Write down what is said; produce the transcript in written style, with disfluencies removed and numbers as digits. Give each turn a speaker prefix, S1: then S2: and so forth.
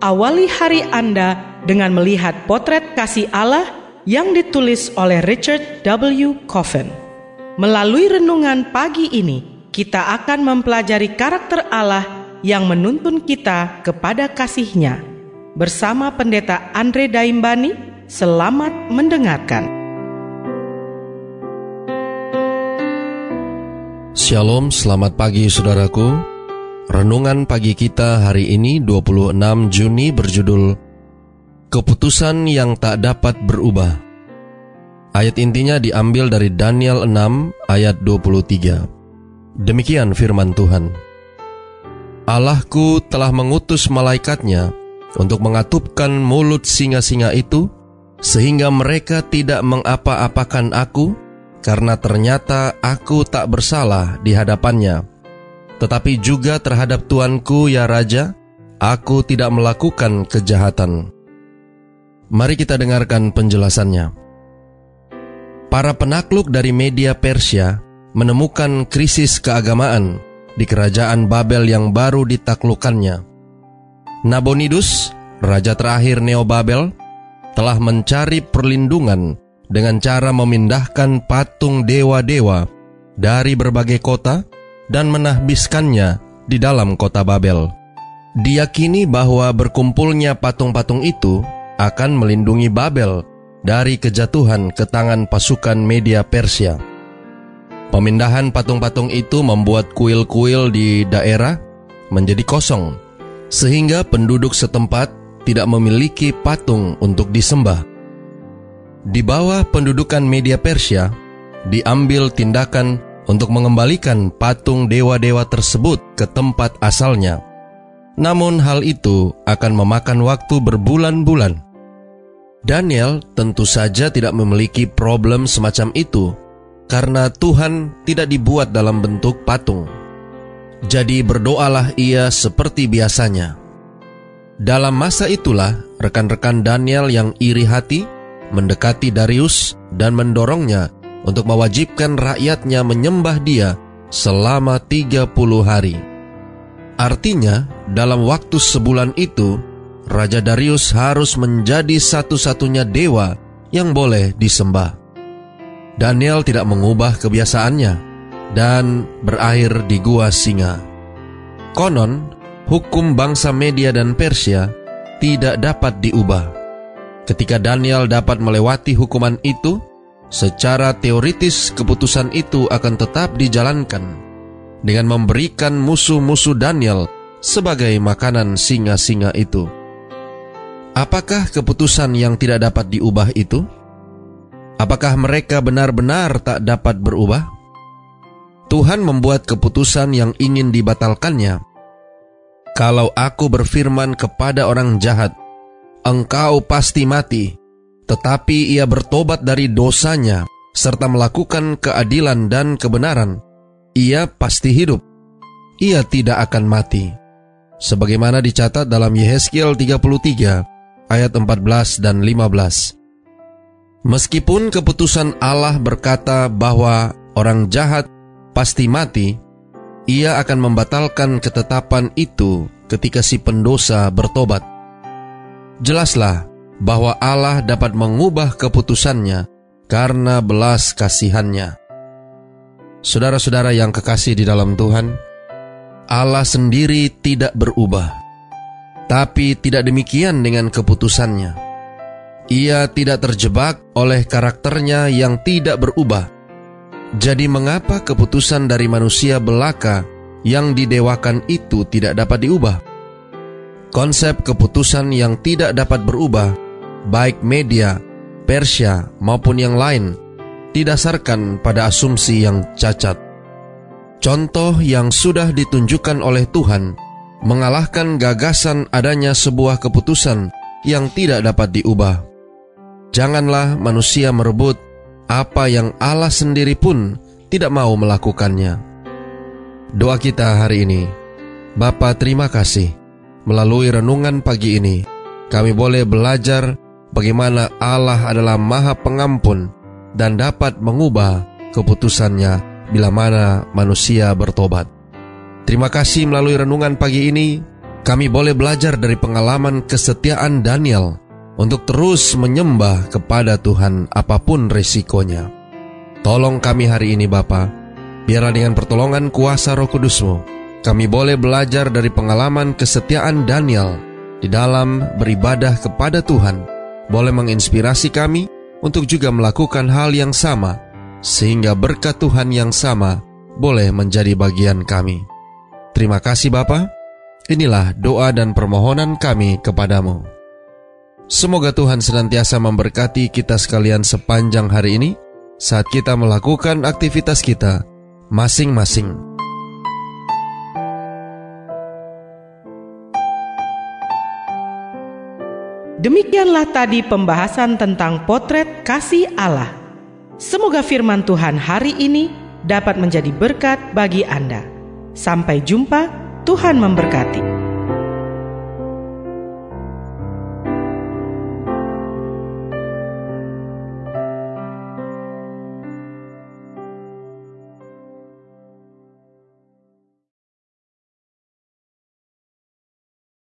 S1: Awali hari Anda dengan melihat potret kasih Allah yang ditulis oleh Richard W. Coffin. Melalui renungan pagi ini, kita akan mempelajari karakter Allah yang menuntun kita kepada kasih-Nya. Bersama Pendeta Andre Daimbani, selamat mendengarkan.
S2: Shalom, selamat pagi saudaraku. Renungan pagi kita hari ini 26 Juni berjudul Keputusan yang tak dapat berubah. Ayat intinya diambil dari Daniel 6 ayat 23. Demikian firman Tuhan. Allahku telah mengutus malaikatnya untuk mengatupkan mulut singa-singa itu, sehingga mereka tidak mengapa-apakan aku, karena ternyata aku tak bersalah di hadapannya. Tetapi juga terhadap Tuanku ya Raja, aku tidak melakukan kejahatan. Mari kita dengarkan penjelasannya. Para penakluk dari Media Persia menemukan krisis keagamaan di kerajaan Babel yang baru ditaklukkannya. Nabonidus, raja terakhir Neo-Babel, telah mencari perlindungan dengan cara memindahkan patung dewa-dewa dari berbagai kota dan menahbiskannya di dalam kota Babel. Diyakini bahwa berkumpulnya patung-patung itu akan melindungi Babel dari kejatuhan ke tangan pasukan Media Persia. Pemindahan patung-patung itu membuat kuil-kuil di daerah menjadi kosong, sehingga penduduk setempat tidak memiliki patung untuk disembah. Di bawah pendudukan Media Persia, diambil tindakan untuk mengembalikan patung dewa-dewa tersebut ke tempat asalnya. Namun hal itu akan memakan waktu berbulan-bulan. Daniel tentu saja tidak memiliki problem semacam itu, karena Tuhan tidak dibuat dalam bentuk patung. Jadi berdoalah ia seperti biasanya. Dalam masa itulah, rekan-rekan Daniel yang iri hati mendekati Darius dan mendorongnya untuk mewajibkan rakyatnya menyembah dia selama 30 hari. Artinya, dalam waktu sebulan itu, Raja Darius harus menjadi satu-satunya dewa yang boleh disembah. Daniel tidak mengubah kebiasaannya dan berakhir di gua singa. Konon, hukum bangsa Media dan Persia tidak dapat diubah. Ketika Daniel dapat melewati hukuman itu, secara teoritis keputusan itu akan tetap dijalankan dengan memberikan musuh-musuh Daniel sebagai makanan singa-singa itu. Apakah keputusan yang tidak dapat diubah itu? Apakah mereka benar-benar tak dapat berubah? Tuhan membuat keputusan yang ingin dibatalkannya. Kalau aku berfirman kepada orang jahat, engkau pasti mati, tetapi ia bertobat dari dosanya serta melakukan keadilan dan kebenaran, ia pasti hidup. Ia tidak akan mati. Sebagaimana dicatat dalam Yehezkiel 33 ayat 14 dan 15. Meskipun keputusan Allah berkata bahwa orang jahat pasti mati, ia akan membatalkan ketetapan itu ketika si pendosa bertobat. Jelaslah bahwa Allah dapat mengubah keputusannya karena belas kasihan-Nya. Saudara-saudara yang kekasih di dalam Tuhan, Allah sendiri tidak berubah. Tapi tidak demikian dengan keputusannya. Ia tidak terjebak oleh karakternya yang tidak berubah. Jadi mengapa keputusan dari manusia belaka yang didewakan itu tidak dapat diubah? Konsep keputusan yang tidak dapat berubah, baik Media, Persia maupun yang lain, didasarkan pada asumsi yang cacat. Contoh yang sudah ditunjukkan oleh Tuhan mengalahkan gagasan adanya sebuah keputusan yang tidak dapat diubah. Janganlah manusia merebut apa yang Allah sendiri pun tidak mau melakukannya. Doa kita hari ini. Bapa, terima kasih. Melalui renungan pagi ini, kami boleh belajar bagaimana Allah adalah Maha Pengampun dan dapat mengubah keputusannya bila mana manusia bertobat. Terima kasih melalui renungan pagi ini. kami boleh belajar dari pengalaman kesetiaan Daniel untuk terus menyembah kepada Tuhan apapun resikonya. Tolong kami hari ini Bapa, biarlah dengan pertolongan kuasa Roh Kudus-Mu, kami boleh belajar dari pengalaman kesetiaan Daniel di dalam beribadah kepada Tuhan, boleh menginspirasi kami untuk juga melakukan hal yang sama, sehingga berkat Tuhan yang sama boleh menjadi bagian kami. Terima kasih Bapa. Inilah doa dan permohonan kami kepadamu. Semoga Tuhan senantiasa memberkati kita sekalian sepanjang hari ini saat kita melakukan aktivitas kita masing-masing.
S1: Demikianlah tadi pembahasan tentang potret kasih Allah. Semoga firman Tuhan hari ini dapat menjadi berkat bagi Anda. Sampai jumpa, Tuhan memberkati.